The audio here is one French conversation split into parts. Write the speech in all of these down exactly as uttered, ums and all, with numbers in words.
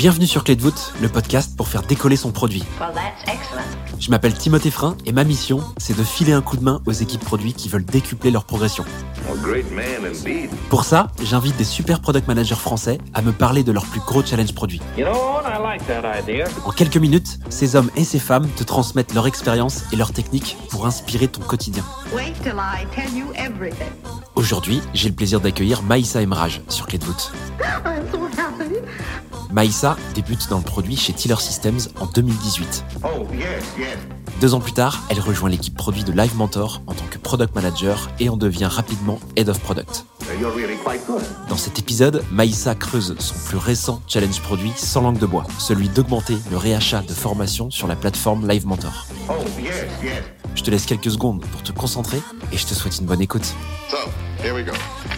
Bienvenue sur Clé de voûte, le podcast pour faire décoller son produit. Well, that's excellent. Je m'appelle Timothée Frein et ma mission, c'est de filer un coup de main aux équipes produits qui veulent décupler leur progression. A great man indeed. Pour ça, j'invite des super product managers français à me parler de leurs plus gros challenges produits. You know what? I like that idea. En quelques minutes, ces hommes et ces femmes te transmettent leur expérience et leurs techniques pour inspirer ton quotidien. Wait till I tell you everything. Aujourd'hui, j'ai le plaisir d'accueillir Maïssa Emraj sur Clé de voûte. I'm so happy. Maïssa débute dans le produit chez Tiller Systems en deux mille dix-huit. Oh, yes, yes. Deux ans plus tard, elle rejoint l'équipe produit de Live Mentor en tant que product manager et en devient rapidement head of product. You're really quite good. Dans cet épisode, Maïssa creuse son plus récent challenge produit sans langue de bois, celui d'augmenter le réachat de formation sur la plateforme Live Mentor. Oh, yes, yes. Je te laisse quelques secondes pour te concentrer et je te souhaite une bonne écoute. So, here we go.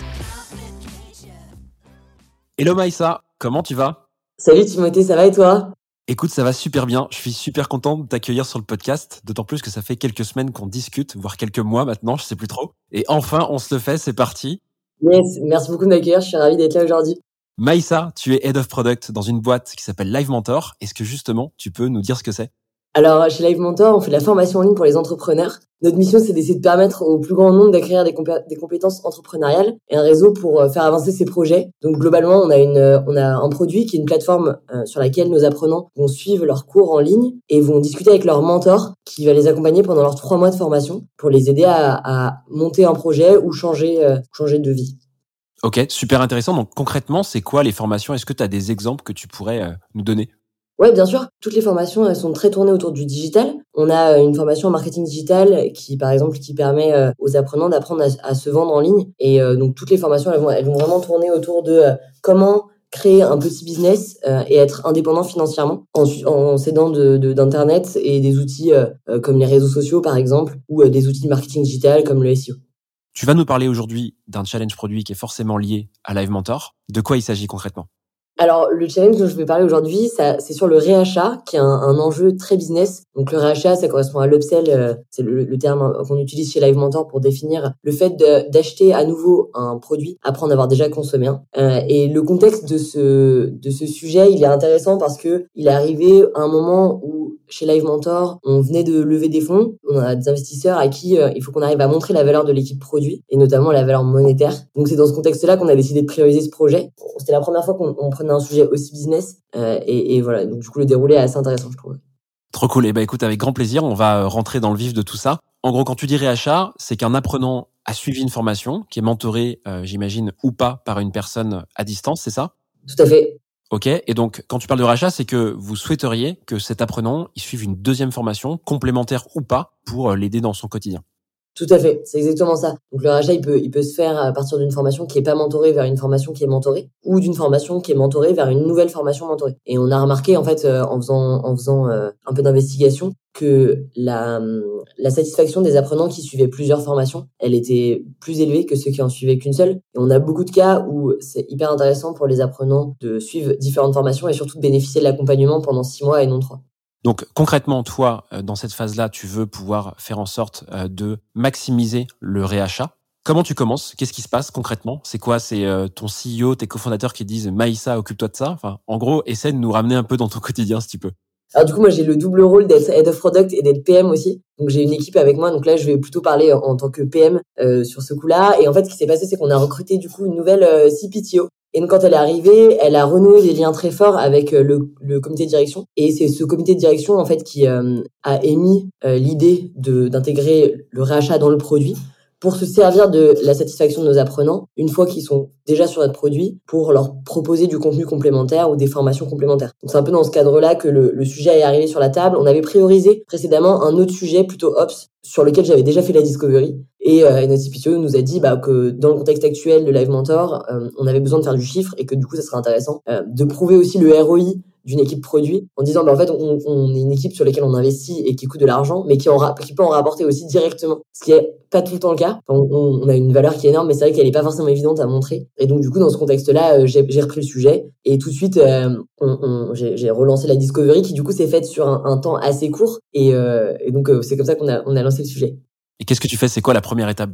Hello Maïssa, comment tu vas ? Salut Timothée, ça va et toi ? Écoute, ça va super bien. Je suis super content de t'accueillir sur le podcast, d'autant plus que ça fait quelques semaines qu'on discute, voire quelques mois maintenant, je sais plus trop. Et enfin, on se le fait, c'est parti. Yes, merci beaucoup de m'accueillir, je suis ravi d'être là aujourd'hui. Maïssa, tu es Head of Product dans une boîte qui s'appelle Live Mentor. Est-ce que justement, tu peux nous dire ce que c'est ? Alors, chez Live Mentor, on fait de la formation en ligne pour les entrepreneurs. Notre mission, c'est d'essayer de permettre au plus grand nombre d'acquérir des, compé- des compétences entrepreneuriales et un réseau pour euh, faire avancer ses projets. Donc, globalement, on a une, euh, on a un produit qui est une plateforme euh, sur laquelle nos apprenants vont suivre leurs cours en ligne et vont discuter avec leur mentor qui va les accompagner pendant leurs trois mois de formation pour les aider à, à monter un projet ou changer, euh, changer de vie. Ok, super intéressant. Donc concrètement, c'est quoi les formations ? Est-ce que tu as des exemples que tu pourrais euh, nous donner ? Ouais, bien sûr. Toutes les formations, elles sont très tournées autour du digital. On a une formation en marketing digital qui, par exemple, qui permet euh, aux apprenants d'apprendre à, à se vendre en ligne. Et euh, donc, toutes les formations, elles vont, elles vont vraiment tourner autour de euh, comment créer un petit business euh, et être indépendant financièrement en, en s'aidant de, de, d'Internet et des outils euh, euh, comme les réseaux sociaux, par exemple, ou euh, des outils de marketing digital comme le S E O. Tu vas nous parler aujourd'hui d'un challenge produit qui est forcément lié à Live Mentor. De quoi il s'agit concrètement ? Alors, le challenge dont je vais parler aujourd'hui, ça, c'est sur le réachat, qui est un, un enjeu très business. Donc, le réachat, ça correspond à l'upsell, euh, c'est le, le terme qu'on utilise chez Live Mentor pour définir le fait de, d'acheter à nouveau un produit après en avoir déjà consommé un. Euh, et le contexte de ce de ce sujet, il est intéressant parce que il est arrivé à un moment où chez Live Mentor, on venait de lever des fonds, on a des investisseurs à qui euh, il faut qu'on arrive à montrer la valeur de l'équipe produit et notamment la valeur monétaire. Donc, c'est dans ce contexte-là qu'on a décidé de prioriser ce projet. C'était la première fois qu'on on prenait un sujet aussi business euh, et, et voilà, donc du coup le déroulé est assez intéressant, je trouve. Trop cool. Eh ben écoute, avec grand plaisir, on va rentrer dans le vif de tout ça. En gros, quand tu dis réachat, c'est qu'un apprenant a suivi une formation qui est mentorée, euh, j'imagine, ou pas par une personne à distance, c'est ça ? Tout à fait. Ok. Et donc, quand tu parles de réachat, c'est que vous souhaiteriez que cet apprenant il suive une deuxième formation, complémentaire ou pas, pour l'aider dans son quotidien. Tout à fait, c'est exactement ça. Donc le rachat, il peut, il peut se faire à partir d'une formation qui est pas mentorée vers une formation qui est mentorée, ou d'une formation qui est mentorée vers une nouvelle formation mentorée. Et on a remarqué en fait, euh, en faisant, en faisant euh, un peu d'investigation, que la, la satisfaction des apprenants qui suivaient plusieurs formations, elle était plus élevée que ceux qui en suivaient qu'une seule. Et on a beaucoup de cas où c'est hyper intéressant pour les apprenants de suivre différentes formations et surtout de bénéficier de l'accompagnement pendant six mois et non trois. Donc concrètement, toi, dans cette phase-là, tu veux pouvoir faire en sorte de maximiser le réachat. Comment tu commences ? Qu'est-ce qui se passe concrètement ? C'est quoi ? C'est ton C E O, tes cofondateurs qui disent « Maïssa, occupe-toi de ça ». Enfin, en gros, essaie de nous ramener un peu dans ton quotidien, si tu peux. Alors du coup, moi, j'ai le double rôle d'être Head of Product et d'être P M aussi. Donc, j'ai une équipe avec moi. Donc là, je vais plutôt parler en, en tant que P M euh, sur ce coup-là. Et en fait, ce qui s'est passé, c'est qu'on a recruté du coup une nouvelle euh, C P T O. Et donc, quand elle est arrivée, elle a renoué des liens très forts avec euh, le, le comité de direction. Et c'est ce comité de direction, en fait, qui euh, a émis euh, l'idée de, d'intégrer le réachat dans le produit pour se servir de la satisfaction de nos apprenants une fois qu'ils sont déjà sur notre produit pour leur proposer du contenu complémentaire ou des formations complémentaires. Donc, c'est un peu dans ce cadre-là que le, le sujet est arrivé sur la table. On avait priorisé précédemment un autre sujet plutôt Ops sur lequel j'avais déjà fait la discovery. Et, euh, et notre C P T O nous a dit bah, que dans le contexte actuel de Live Mentor, euh, on avait besoin de faire du chiffre et que du coup, ça serait intéressant euh, de prouver aussi le R O I d'une équipe produit en disant bah en fait on, on est une équipe sur laquelle on investit et qui coûte de l'argent mais qui en ra- qui peut en rapporter aussi directement, ce qui est pas tout le temps le cas. Enfin, on, on a une valeur qui est énorme mais c'est vrai qu'elle est pas forcément évidente à montrer et donc du coup dans ce contexte-là euh, j'ai, j'ai repris le sujet et tout de suite euh, on, on, j'ai, j'ai relancé la discovery qui du coup s'est faite sur un, un temps assez court et, euh, et donc euh, c'est comme ça qu'on a on a lancé le sujet. Et qu'est-ce que tu fais ? C'est quoi la première étape du coup ?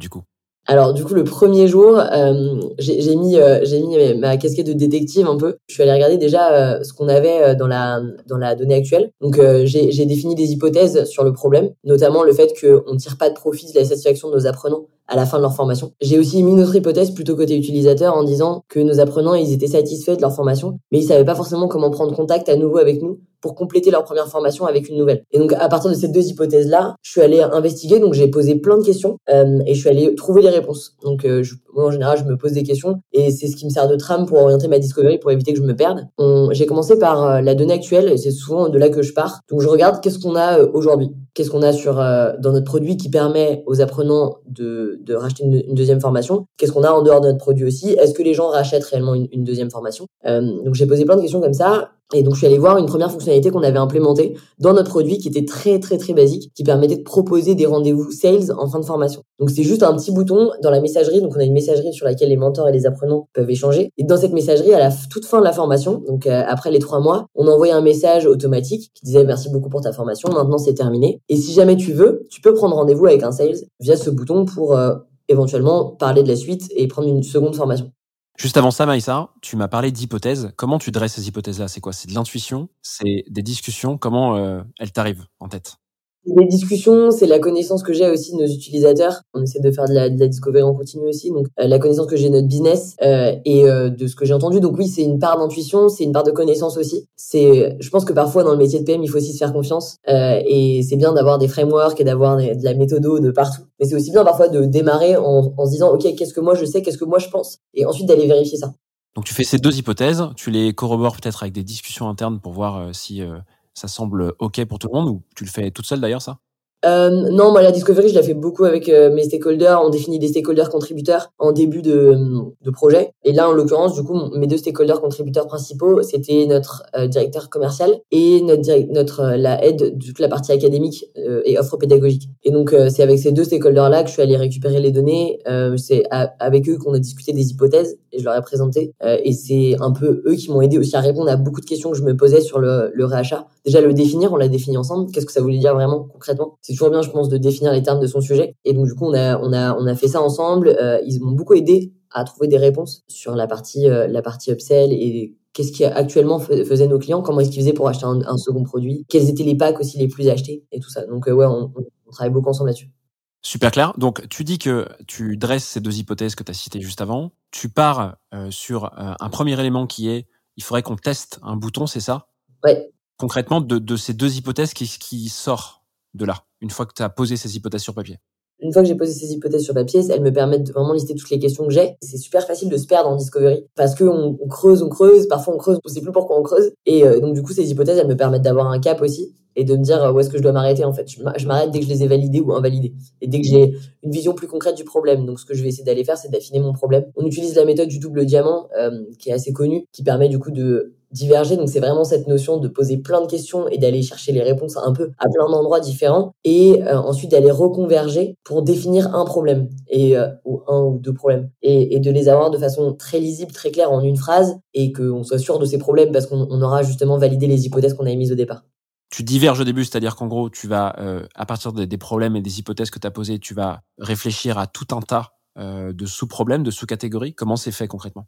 Alors du coup le premier jour, euh, j'ai, j'ai mis euh, j'ai mis ma casquette de détective un peu. Je suis allée regarder déjà euh, ce qu'on avait dans la dans la donnée actuelle. Donc euh, j'ai j'ai défini des hypothèses sur le problème, notamment le fait qu'on ne tire pas de profit de la satisfaction de nos apprenants à la fin de leur formation. J'ai aussi mis notre hypothèse plutôt côté utilisateur en disant que nos apprenants ils étaient satisfaits de leur formation, mais ils savaient pas forcément comment prendre contact à nouveau avec nous pour compléter leur première formation avec une nouvelle. Et donc, à partir de ces deux hypothèses-là, je suis allée investiguer, donc j'ai posé plein de questions euh, et je suis allée trouver les réponses. Donc, euh, je, moi, en général, je me pose des questions et c'est ce qui me sert de trame pour orienter ma discovery, pour éviter que je me perde. On, j'ai commencé par euh, la donnée actuelle et c'est souvent de là que je pars. Donc, je regarde qu'est-ce qu'on a euh, aujourd'hui, qu'est-ce qu'on a sur euh, dans notre produit qui permet aux apprenants de, de racheter une, une deuxième formation, qu'est-ce qu'on a en dehors de notre produit aussi, est-ce que les gens rachètent réellement une, une deuxième formation. Euh, donc, j'ai posé plein de questions comme ça. Et donc, je suis allée voir une première fonctionnalité qu'on avait implémentée dans notre produit qui était très, très, très basique, qui permettait de proposer des rendez-vous sales en fin de formation. Donc, c'est juste un petit bouton dans la messagerie. Donc, on a une messagerie sur laquelle les mentors et les apprenants peuvent échanger. Et dans cette messagerie, à la toute fin de la formation, donc euh, après les trois mois, on envoyait un message automatique qui disait « Merci beaucoup pour ta formation. Maintenant, c'est terminé. Et si jamais tu veux, tu peux prendre rendez-vous avec un sales via ce bouton pour euh, éventuellement parler de la suite et prendre une seconde formation. » Juste avant ça, Maïssa, tu m'as parlé d'hypothèses. Comment tu dresses ces hypothèses-là? C'est quoi? C'est de l'intuition? C'est des discussions? Comment euh, elles t'arrivent en tête? Les discussions, c'est la connaissance que j'ai aussi de nos utilisateurs. On essaie de faire de la, de la discovery en continu aussi. Donc, euh, la connaissance que j'ai de notre business euh, et euh, de ce que j'ai entendu. Donc oui, c'est une part d'intuition, c'est une part de connaissance aussi. C'est, je pense que parfois dans le métier de P M, il faut aussi se faire confiance. Euh, et c'est bien d'avoir des frameworks et d'avoir des, de la méthodo de partout. Mais c'est aussi bien parfois de démarrer en, en se disant, ok, qu'est-ce que moi je sais, qu'est-ce que moi je pense, et ensuite d'aller vérifier ça. Donc tu fais ces deux hypothèses, tu les corrobores peut-être avec des discussions internes pour voir euh, si euh, ça semble ok pour tout le monde, ou tu le fais toute seule d'ailleurs ça? Euh, non, moi la discovery, je la fais beaucoup avec euh, mes stakeholders. On définit des stakeholders contributeurs en début de, de projet. Et là, en l'occurrence, du coup, mes deux stakeholders contributeurs principaux, c'était notre euh, directeur commercial et notre, direct, notre euh, la aide de toute la partie académique euh, et offre pédagogique. Et donc, euh, c'est avec ces deux stakeholders-là que je suis allée récupérer les données. Euh, c'est à, avec eux qu'on a discuté des hypothèses et je leur ai présenté. Euh, et c'est un peu eux qui m'ont aidé aussi à répondre à beaucoup de questions que je me posais sur le, le réachat. Déjà, le définir, on l'a défini ensemble. Qu'est-ce que ça voulait dire vraiment concrètement? C'est toujours bien, je pense, de définir les termes de son sujet. Et donc, du coup, on a, on a, on a fait ça ensemble. Euh, ils m'ont beaucoup aidé à trouver des réponses sur la partie, euh, la partie upsell et qu'est-ce qui actuellement faisait nos clients, comment est-ce qu'ils faisaient pour acheter un, un second produit, quels étaient les packs aussi les plus achetés et tout ça. Donc, euh, ouais, on, on travaille beaucoup ensemble là-dessus. Super clair. Donc, tu dis que tu dresses ces deux hypothèses que tu as citées juste avant. Tu pars euh, sur euh, un premier élément qui est, il faudrait qu'on teste un bouton, c'est ça? Ouais. Concrètement, de, de ces deux hypothèses, qu'est-ce qui sort de là, une fois que tu as posé ces hypothèses sur papier? Une fois que j'ai posé ces hypothèses sur papier, elles me permettent de vraiment lister toutes les questions que j'ai. C'est super facile de se perdre en discovery parce que on, on creuse, on creuse, parfois on creuse, on sait plus pourquoi on creuse. Et euh, donc du coup, ces hypothèses, elles me permettent d'avoir un cap aussi et de me dire où est-ce que je dois m'arrêter en fait. Je m'arrête dès que je les ai validées ou invalidées et dès que j'ai une vision plus concrète du problème. Donc ce que je vais essayer d'aller faire, c'est d'affiner mon problème. On utilise la méthode du double diamant euh, qui est assez connue, qui permet du coup de diverger. Donc c'est vraiment cette notion de poser plein de questions et d'aller chercher les réponses un peu à plein d'endroits différents et euh, ensuite d'aller reconverger pour définir un problème et euh, ou un ou deux problèmes et, et de les avoir de façon très lisible, très claire en une phrase et qu'on soit sûr de ces problèmes parce qu'on on aura justement validé les hypothèses qu'on a émises au départ. Tu diverges au début, c'est-à-dire qu'en gros, tu vas, euh, à partir des, des problèmes et des hypothèses que tu as posées, tu vas réfléchir à tout un tas euh, de sous-problèmes, de sous-catégories. Comment c'est fait concrètement?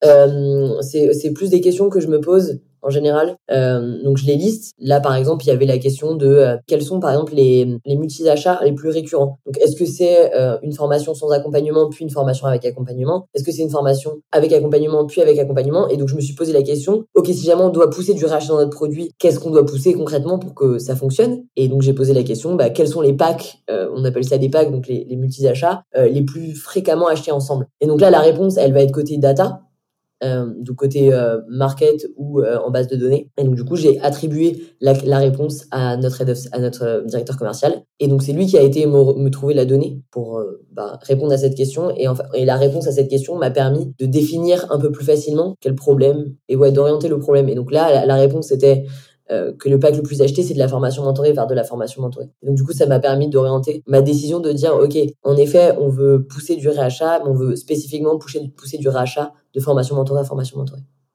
Euh, c'est, c'est plus des questions que je me pose en général. Euh, donc je les liste. Là, par exemple, il y avait la question de euh, quels sont, par exemple, les, les multi-achats les plus récurrents. Donc, est-ce que c'est euh, une formation sans accompagnement, puis une formation avec accompagnement? Est-ce que c'est une formation avec accompagnement, puis avec accompagnement? Et donc, je me suis posé la question, ok, si jamais on doit pousser du rachat dans notre produit, qu'est-ce qu'on doit pousser concrètement pour que ça fonctionne? Et donc, j'ai posé la question, bah, quels sont les packs, euh, on appelle ça des packs, donc les, les multi-achats, euh, les plus fréquemment achetés ensemble. Et donc là, la réponse, elle va être côté data. Euh, du côté euh, market ou euh, en base de données. Et donc du coup, j'ai attribué la, la réponse à notre head of, à notre euh, directeur commercial. Et donc c'est lui qui a été me, me trouver la donnée pour euh, bah, répondre à cette question. Et enfin, et la réponse à cette question m'a permis de définir un peu plus facilement quel problème et ouais d'orienter le problème. Et donc là, la, la réponse c'était Euh, que le pack le plus acheté, c'est de la formation mentorée vers de la formation mentorée. Et donc, du coup, ça m'a permis d'orienter ma décision de dire, OK, en effet, on veut pousser du réachat, mais on veut spécifiquement pousser, pousser du réachat de formation mentorée à formation mentorée.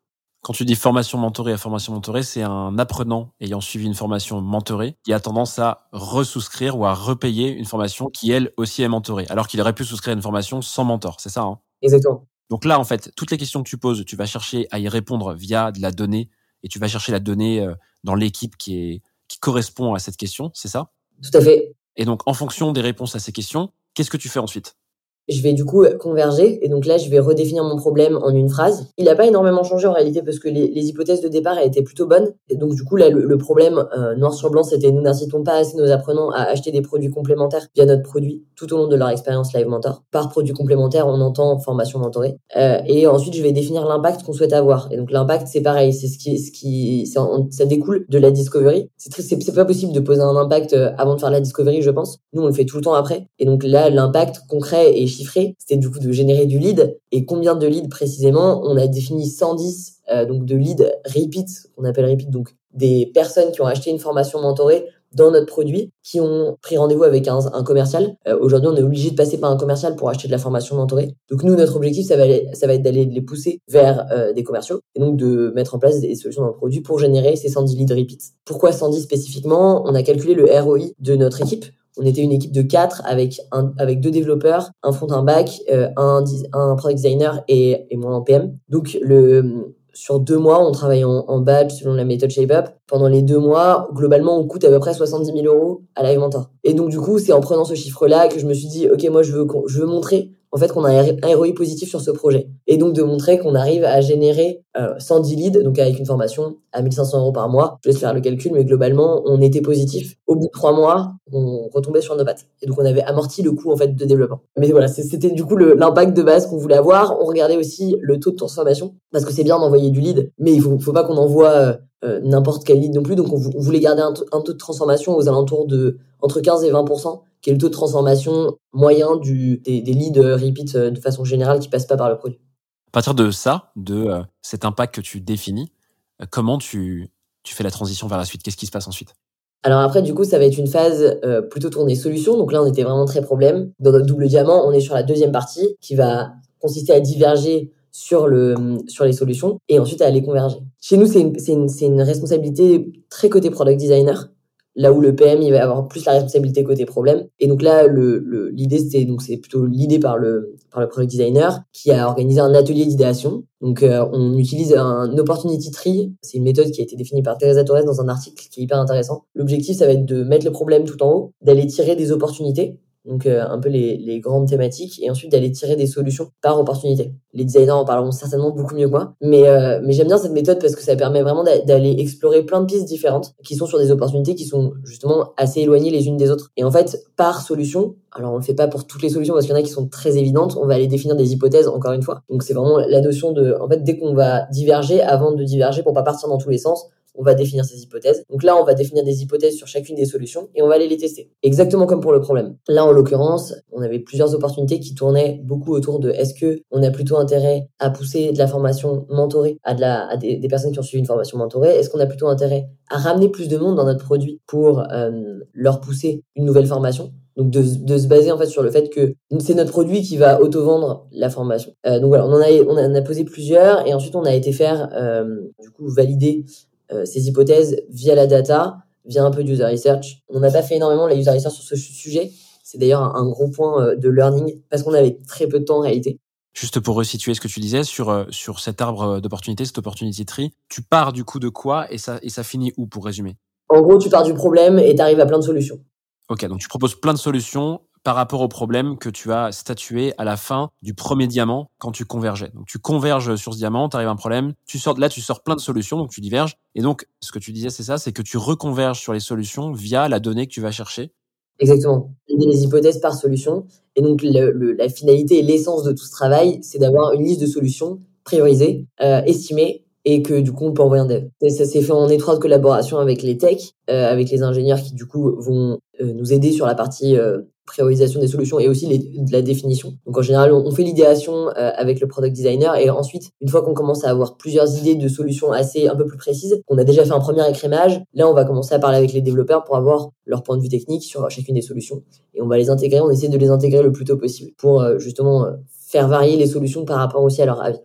Quand tu dis formation mentorée à formation mentorée, c'est un apprenant ayant suivi une formation mentorée qui a tendance à resouscrire ou à repayer une formation qui, elle, aussi est mentorée, alors qu'il aurait pu souscrire une formation sans mentor, c'est ça, hein? Exactement. Donc là, en fait, toutes les questions que tu poses, tu vas chercher à y répondre via de la donnée et tu vas chercher la donnée euh, dans l'équipe qui est qui correspond à cette question, c'est ça? Tout à fait. Et donc, en fonction des réponses à ces questions, qu'est-ce que tu fais ensuite? Je vais du coup converger et donc là je vais redéfinir mon problème en une phrase. Il n'a pas énormément changé en réalité parce que les, les hypothèses de départ étaient plutôt bonnes. Et donc du coup là le, le problème euh, noir sur blanc c'était nous n'incitons pas assez nos apprenants à acheter des produits complémentaires via notre produit tout au long de leur expérience Live Mentor. Par produit complémentaire on entend formation mentorée. Euh, et ensuite je vais définir l'impact qu'on souhaite avoir. Et donc l'impact c'est pareil, c'est ce qui, ce qui, c'est en, ça découle de la discovery. C'est, très, c'est, c'est pas possible de poser un impact avant de faire la discovery je pense. Nous on le fait tout le temps après. Et donc là l'impact concret et chiffré, c'était du coup de générer du lead. Et combien de leads précisément? On a défini cent dix euh, donc de leads repeat, qu'on appelle repeat, donc des personnes qui ont acheté une formation mentorée dans notre produit, qui ont pris rendez-vous avec un, un commercial. Euh, aujourd'hui, on est obligé de passer par un commercial pour acheter de la formation mentorée. Donc nous, notre objectif, ça va, aller, ça va être d'aller les pousser vers euh, des commerciaux et donc de mettre en place des solutions dans le produit pour générer ces cent dix leads repeat. Pourquoi cent dix spécifiquement? On a calculé le R O I de notre équipe. On était une équipe de quatre avec un, avec deux développeurs, un front, un back, euh, un, un product designer et, et moi en P M. Donc, le, sur deux mois, on travaille en, en batch selon la méthode ShapeUp. Pendant les deux mois, globalement, on coûte à peu près soixante-dix mille euros à Live Mentor. Et donc, du coup, c'est en prenant ce chiffre-là que je me suis dit, OK, moi, je veux, je veux montrer en fait qu'on a un R O I positif sur ce projet. Et donc, de montrer qu'on arrive à générer euh, cent dix leads, donc avec une formation à mille cinq cents euros par mois. Je laisse faire le calcul, mais globalement, on était positif. Au bout de trois mois, on retombait sur nos pattes. Et donc, on avait amorti le coût en fait de développement. Mais voilà, c'était du coup le, l'impact de base qu'on voulait avoir. On regardait aussi le taux de transformation, parce que c'est bien d'envoyer du lead, mais il faut, faut pas qu'on envoie euh, euh, n'importe quel lead non plus. Donc, on, on voulait garder un, t- un taux de transformation aux alentours de entre quinze et vingt pour cent, qui est le taux de transformation moyen du, des, des leads repeat euh, de façon générale qui passent pas par le produit. À partir de ça, de euh, cet impact que tu définis, euh, comment tu, tu fais la transition vers la suite? Qu'est-ce qui se passe ensuite? Alors après, du coup, ça va être une phase euh, plutôt tournée solution. Donc là, on était vraiment très problème. Dans notre double diamant, on est sur la deuxième partie qui va consister à diverger sur le sur les solutions et ensuite à les converger. Chez nous, c'est une, c'est une, c'est une responsabilité très côté product designer. Là où le P M, il va avoir plus la responsabilité côté problème. Et donc là, le, le, l'idée, c'était, donc c'est plutôt l'idée par le, par le product designer qui a organisé un atelier d'idéation. Donc, euh, on utilise un opportunity tree. C'est une méthode qui a été définie par Teresa Torres dans un article qui est hyper intéressant. L'objectif, ça va être de mettre le problème tout en haut, d'aller tirer des opportunités. Donc, euh, un peu les, les grandes thématiques et ensuite d'aller tirer des solutions par opportunité. Les designers en parleront certainement beaucoup mieux que moi. Mais, euh, mais j'aime bien cette méthode parce que ça permet vraiment d'a- d'aller explorer plein de pistes différentes qui sont sur des opportunités qui sont justement assez éloignées les unes des autres. Et en fait, par solution, alors on le fait pas pour toutes les solutions parce qu'il y en a qui sont très évidentes, on va aller définir des hypothèses encore une fois. Donc, c'est vraiment la notion de, en fait, dès qu'on va diverger, avant de diverger pour pas partir dans tous les sens, on va définir ces hypothèses. Donc là, on va définir des hypothèses sur chacune des solutions et on va aller les tester. Exactement comme pour le problème. Là, en l'occurrence, on avait plusieurs opportunités qui tournaient beaucoup autour de est-ce que on a plutôt intérêt à pousser de la formation mentorée à, de la, à des, des personnes qui ont suivi une formation mentorée? Est-ce qu'on a plutôt intérêt à ramener plus de monde dans notre produit pour euh, leur pousser une nouvelle formation? Donc de, de se baser en fait sur le fait que c'est notre produit qui va auto-vendre la formation. Euh, donc voilà, on en a on a, on a posé plusieurs et ensuite on a été faire euh, du coup valider euh, ces hypothèses via la data, via un peu de user research. On n'a pas fait énormément la user research sur ce sujet. C'est d'ailleurs un, un gros point de learning parce qu'on avait très peu de temps en réalité. Juste pour resituer ce que tu disais sur euh, sur cet arbre d'opportunités, cet opportunity tree, tu pars du coup de quoi et ça et ça finit où pour résumer? En gros, tu pars du problème et tu arrives à plein de solutions. Ok, donc tu proposes plein de solutions par rapport au problème que tu as statué à la fin du premier diamant quand tu convergeais. Donc tu converges sur ce diamant, tu arrives à un problème, tu sors là, tu sors plein de solutions, donc tu diverges. Et donc ce que tu disais, c'est ça, c'est que tu reconverges sur les solutions via la donnée que tu vas chercher. Exactement. Il y a des hypothèses par solution. Et donc le, le, la finalité et l'essence de tout ce travail, c'est d'avoir une liste de solutions priorisées, euh, estimées, et que du coup on peut envoyer un dev. Et ça s'est fait en étroite collaboration avec les techs, euh, avec les ingénieurs qui du coup vont euh, nous aider sur la partie euh, priorisation des solutions et aussi les, de la définition. Donc en général on, on fait l'idéation euh, avec le product designer et ensuite une fois qu'on commence à avoir plusieurs idées de solutions assez un peu plus précises, qu'on a déjà fait un premier écrémage, là on va commencer à parler avec les développeurs pour avoir leur point de vue technique sur chacune des solutions et on va les intégrer, on essaie de les intégrer le plus tôt possible pour euh, justement euh, faire varier les solutions par rapport aussi à leur avis.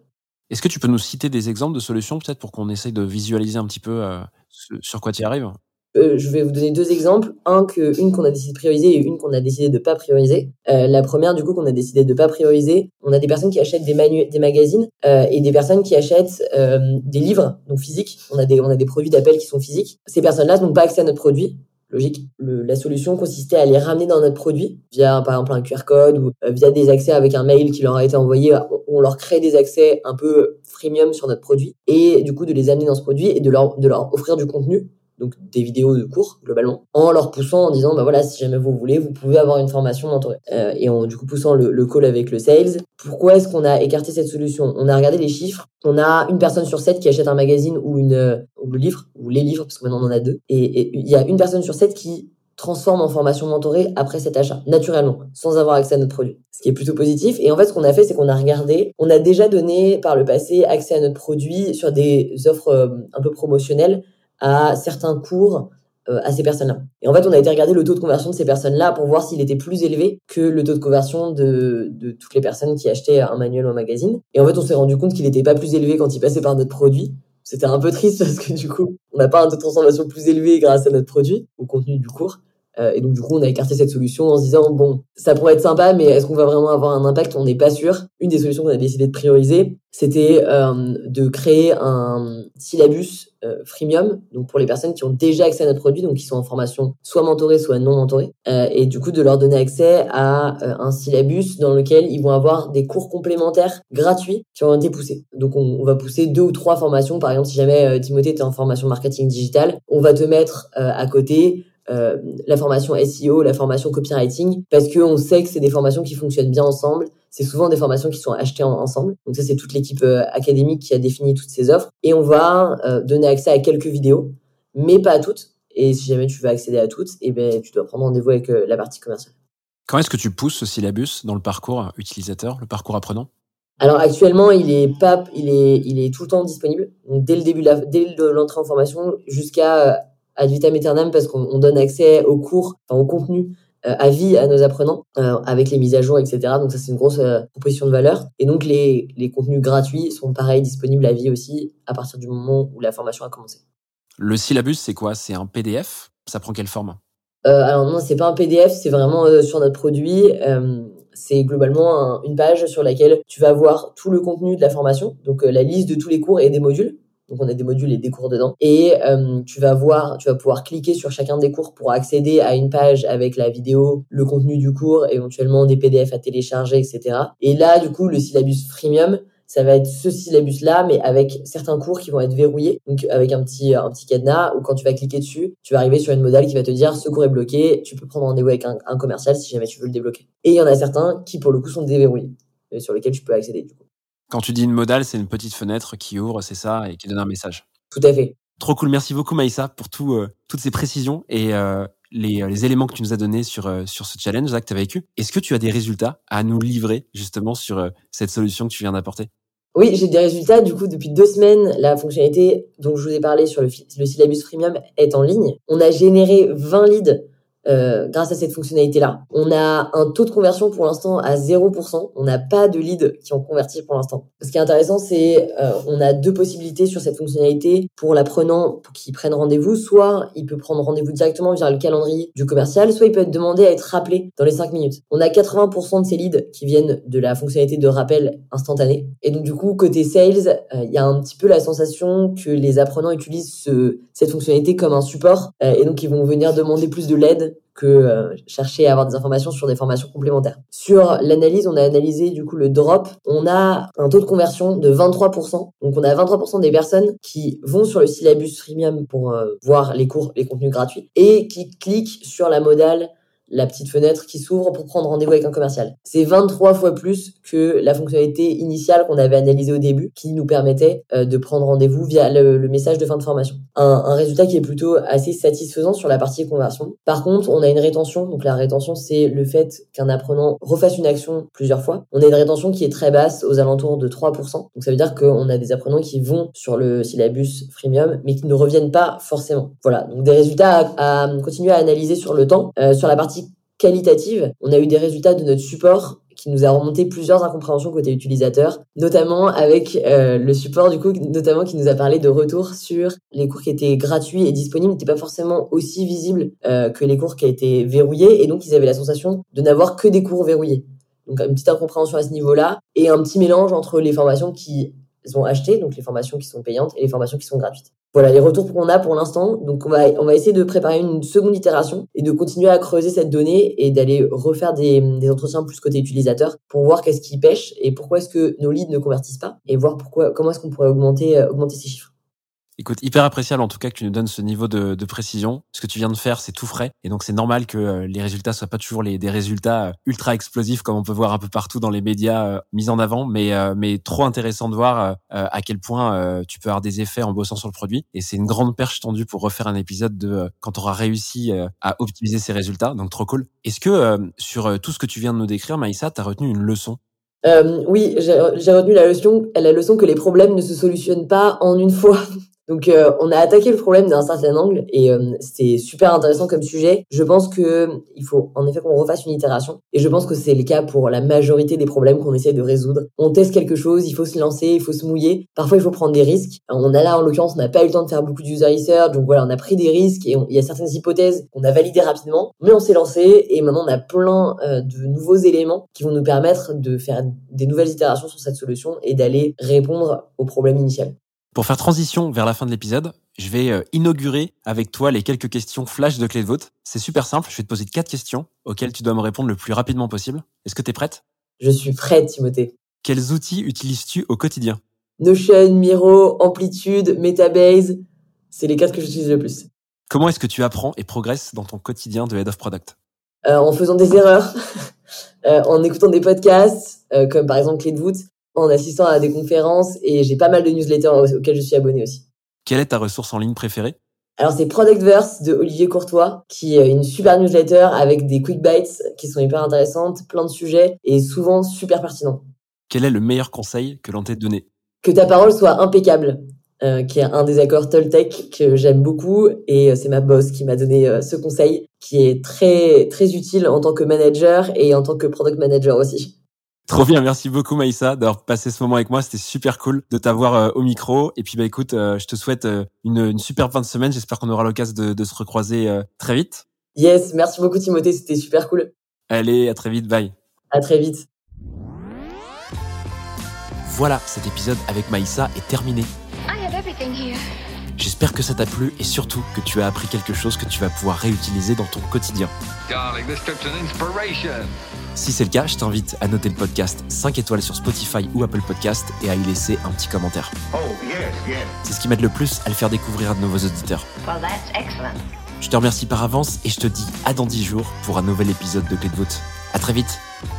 Est-ce que tu peux nous citer des exemples de solutions peut-être pour qu'on essaye de visualiser un petit peu euh, ce- sur quoi tu y arrives? Euh, je vais vous donner deux exemples. Un, que, une qu'on a décidé de prioriser et une qu'on a décidé de pas prioriser. Euh, la première, du coup, qu'on a décidé de pas prioriser, on a des personnes qui achètent des, manu- des magazines euh, et des personnes qui achètent euh, des livres, donc physiques. On a des, on a des produits d'appel qui sont physiques. Ces personnes-là n'ont pas accès à notre produit. Logique. Le, la solution consistait à les ramener dans notre produit via, par exemple, un Q R code ou euh, via des accès avec un mail qui leur a été envoyé. On, on leur crée des accès un peu freemium sur notre produit et du coup de les amener dans ce produit et de leur, de leur offrir du contenu, donc des vidéos de cours globalement, en leur poussant en disant bah voilà, si jamais vous voulez, vous pouvez avoir une formation mentorée. Euh, et en du coup poussant le, le call avec le sales. Pourquoi est-ce qu'on a écarté cette solution? On a regardé les chiffres. On a une personne sur sept qui achète un magazine ou une ou le livre ou les livres parce que maintenant on en a deux. Et il y a une personne sur sept qui transforme en formation mentorée après cet achat, naturellement, sans avoir accès à notre produit. Ce qui est plutôt positif. Et en fait, ce qu'on a fait, c'est qu'on a regardé, on a déjà donné par le passé accès à notre produit sur des offres euh, un peu promotionnelles à certains cours euh, à ces personnes-là. Et en fait, on a été regarder le taux de conversion de ces personnes-là pour voir s'il était plus élevé que le taux de conversion de, de toutes les personnes qui achetaient un manuel ou un magazine. Et en fait, on s'est rendu compte qu'il n'était pas plus élevé quand ils passaient par notre produit. C'était un peu triste parce que du coup, on n'a pas un taux de transformation plus élevé grâce à notre produit, au contenu du cours. Euh, et donc, du coup, on a écarté cette solution en se disant, bon, ça pourrait être sympa, mais est-ce qu'on va vraiment avoir un impact? On n'est pas sûr. Une des solutions qu'on a décidé de prioriser, c'était euh, de créer un syllabus euh, freemium, donc pour les personnes qui ont déjà accès à notre produit, donc qui sont en formation soit mentorée, soit non mentorée, euh, et du coup, de leur donner accès à euh, un syllabus dans lequel ils vont avoir des cours complémentaires gratuits qui ont été poussés. Donc, on, on va pousser deux ou trois formations. Par exemple, si jamais euh, Timothée, t'es en formation marketing digital, on va te mettre euh, à côté Euh, la formation S E O, la formation copywriting, parce qu'on sait que c'est des formations qui fonctionnent bien ensemble. C'est souvent des formations qui sont achetées en, ensemble. Donc ça, c'est toute l'équipe euh, académique qui a défini toutes ces offres. Et on va euh, donner accès à quelques vidéos, mais pas à toutes. Et si jamais tu veux accéder à toutes, eh ben, tu dois prendre rendez-vous avec euh, la partie commerciale. Comment est-ce que tu pousses ce syllabus dans le parcours utilisateur, le parcours apprenant? Alors actuellement, il est pas, il est, il est tout le temps disponible. Donc dès le début, de la, dès l'entrée en formation jusqu'à euh, ad vitam aeternam, parce qu'on on donne accès aux cours, enfin au contenu euh, à vie à nos apprenants, euh, avec les mises à jour, et cetera. Donc ça, c'est une grosse euh, proposition de valeur. Et donc les, les contenus gratuits sont pareil disponibles à vie aussi à partir du moment où la formation a commencé. Le syllabus, c'est quoi? C'est un P D F? Ça prend quelle forme? Euh, alors non, c'est pas un P D F, c'est vraiment euh, sur notre produit. Euh, c'est globalement un, une page sur laquelle tu vas voir tout le contenu de la formation, donc euh, la liste de tous les cours et des modules. Donc on a des modules et des cours dedans. Et euh, tu vas voir, tu vas pouvoir cliquer sur chacun des cours pour accéder à une page avec la vidéo, le contenu du cours, éventuellement des P D F à télécharger, et cetera. Et là, du coup, le syllabus freemium, ça va être ce syllabus-là, mais avec certains cours qui vont être verrouillés, donc avec un petit un petit cadenas, où quand tu vas cliquer dessus, tu vas arriver sur une modale qui va te dire ce cours est bloqué, tu peux prendre rendez-vous avec un, un commercial si jamais tu veux le débloquer. Et il y en a certains qui, pour le coup, sont déverrouillés, et sur lesquels tu peux accéder, du coup. Quand tu dis une modale, c'est une petite fenêtre qui ouvre, c'est ça, et qui donne un message. Tout à fait. Trop cool. Merci beaucoup, Maïssa, pour tout, euh, toutes ces précisions et euh, les, les éléments que tu nous as donnés sur, euh, sur ce challenge là que tu as vécu. Est-ce que tu as des résultats à nous livrer justement sur euh, cette solution que tu viens d'apporter? Oui, j'ai des résultats. Du coup, depuis deux semaines, la fonctionnalité dont je vous ai parlé sur le, le syllabus freemium est en ligne. On a généré vingt leads euh, grâce à cette fonctionnalité-là. On a un taux de conversion pour l'instant à zéro pour cent. On n'a pas de leads qui ont converti pour l'instant. Ce qui est intéressant, c'est euh, on a deux possibilités sur cette fonctionnalité pour l'apprenant pour qu'il prenne rendez-vous. Soit il peut prendre rendez-vous directement via le calendrier du commercial, soit il peut être demandé à être rappelé dans les cinq minutes. On a quatre-vingts pour cent de ces leads qui viennent de la fonctionnalité de rappel instantané. Et donc du coup, côté sales, il euh, y a un petit peu la sensation que les apprenants utilisent ce, cette fonctionnalité comme un support euh, et donc ils vont venir demander plus de l'aide que euh, chercher à avoir des informations sur des formations complémentaires. Sur l'analyse, on a analysé du coup le drop. On a un taux de conversion de vingt-trois pour cent. Donc on a vingt-trois pour cent des personnes qui vont sur le syllabus freemium pour euh, voir les cours, les contenus gratuits et qui cliquent sur la modale, la petite fenêtre qui s'ouvre pour prendre rendez-vous avec un commercial. C'est vingt-trois fois plus que la fonctionnalité initiale qu'on avait analysée au début, qui nous permettait euh, de prendre rendez-vous via le, le message de fin de formation. Un, un résultat qui est plutôt assez satisfaisant sur la partie conversion. Par contre, on a une rétention. Donc la rétention, c'est le fait qu'un apprenant refasse une action plusieurs fois. On a une rétention qui est très basse, aux alentours de trois pour cent. Donc ça veut dire qu'on a des apprenants qui vont sur le syllabus freemium, mais qui ne reviennent pas forcément. Voilà, donc des résultats à, à continuer à analyser sur le temps. Euh, sur la partie qualitative. On a eu des résultats de notre support qui nous a remonté plusieurs incompréhensions côté utilisateur, notamment avec euh, le support du coup, notamment qui nous a parlé de retour sur les cours qui étaient gratuits et disponibles, n'étaient pas forcément aussi visibles euh, que les cours qui étaient verrouillés, et donc ils avaient la sensation de n'avoir que des cours verrouillés. Donc une petite incompréhension à ce niveau-là, et un petit mélange entre les formations qu'ils ont achetées, donc les formations qui sont payantes, et les formations qui sont gratuites. Voilà les retours qu'on a pour l'instant. Donc on va on va essayer de préparer une seconde itération et de continuer à creuser cette donnée et d'aller refaire des, des entretiens plus côté utilisateur pour voir qu'est-ce qui pêche et pourquoi est-ce que nos leads ne convertissent pas et voir pourquoi comment est-ce qu'on pourrait augmenter euh, augmenter ces chiffres. Écoute, hyper appréciable en tout cas que tu nous donnes ce niveau de, de précision. Ce que tu viens de faire, c'est tout frais. Et donc, c'est normal que euh, les résultats soient pas toujours les, des résultats euh, ultra explosifs comme on peut voir un peu partout dans les médias euh, mis en avant. Mais, euh, mais trop intéressant de voir euh, à quel point euh, tu peux avoir des effets en bossant sur le produit. Et c'est une grande perche tendue pour refaire un épisode de euh, quand tu auras réussi euh, à optimiser ces résultats. Donc, trop cool. Est-ce que euh, sur euh, tout ce que tu viens de nous décrire, Maïssa, tu as retenu une leçon? Euh, oui, j'ai, j'ai retenu la leçon, la leçon que les problèmes ne se solutionnent pas en une fois. Donc, euh, on a attaqué le problème d'un certain angle et euh, c'était super intéressant comme sujet. Je pense que il faut en effet qu'on refasse une itération et je pense que c'est le cas pour la majorité des problèmes qu'on essaie de résoudre. On teste quelque chose, il faut se lancer, il faut se mouiller. Parfois, il faut prendre des risques. On a là, en l'occurrence, on n'a pas eu le temps de faire beaucoup de user research, donc voilà, on a pris des risques et on, il y a certaines hypothèses qu'on a validées rapidement, mais on s'est lancé et maintenant on a plein euh, de nouveaux éléments qui vont nous permettre de faire des nouvelles itérations sur cette solution et d'aller répondre au problème initial. Pour faire transition vers la fin de l'épisode, je vais euh, inaugurer avec toi les quelques questions flash de Clé de Voûte. C'est super simple, je vais te poser quatre questions auxquelles tu dois me répondre le plus rapidement possible. Est-ce que tu es prête? Je suis prête, Timothée. Quels outils utilises-tu au quotidien? Notion, Miro, Amplitude, Metabase, c'est les quatre que j'utilise le plus. Comment est-ce que tu apprends et progresses dans ton quotidien de Head of Product? euh, En faisant des erreurs, euh, en écoutant des podcasts, euh, comme par exemple Clé de Voûte, en assistant à des conférences et j'ai pas mal de newsletters auxquels je suis abonné aussi. Quelle est ta ressource en ligne préférée? Alors c'est Productverse de Olivier Courtois, qui est une super newsletter avec des quick bites qui sont hyper intéressantes, plein de sujets et souvent super pertinents. Quel est le meilleur conseil que l'on t'ait donné? Que ta parole soit impeccable, euh, qui est un des accords Toltec que j'aime beaucoup et c'est ma boss qui m'a donné euh, ce conseil qui est très très utile en tant que manager et en tant que product manager aussi. Trop bien, merci beaucoup Maïssa d'avoir passé ce moment avec moi, c'était super cool de t'avoir euh, au micro. Et puis bah écoute, euh, je te souhaite euh, une, une super fin de semaine, j'espère qu'on aura l'occasion de, de se recroiser euh, très vite. Yes, merci beaucoup Timothée, c'était super cool. Allez, à très vite, bye. À très vite. Voilà, cet épisode avec Maïssa est terminé. I have everything here. J'espère que ça t'a plu et surtout que tu as appris quelque chose que tu vas pouvoir réutiliser dans ton quotidien. Darling, this trip's an inspiration. Si c'est le cas, je t'invite à noter le podcast cinq étoiles sur Spotify ou Apple Podcast et à y laisser un petit commentaire. Oh, yes, yes. C'est ce qui m'aide le plus à le faire découvrir à de nouveaux auditeurs. Well, that's excellent. Je te remercie par avance et je te dis à dans dix jours pour un nouvel épisode de Clé de Voûte. À très vite.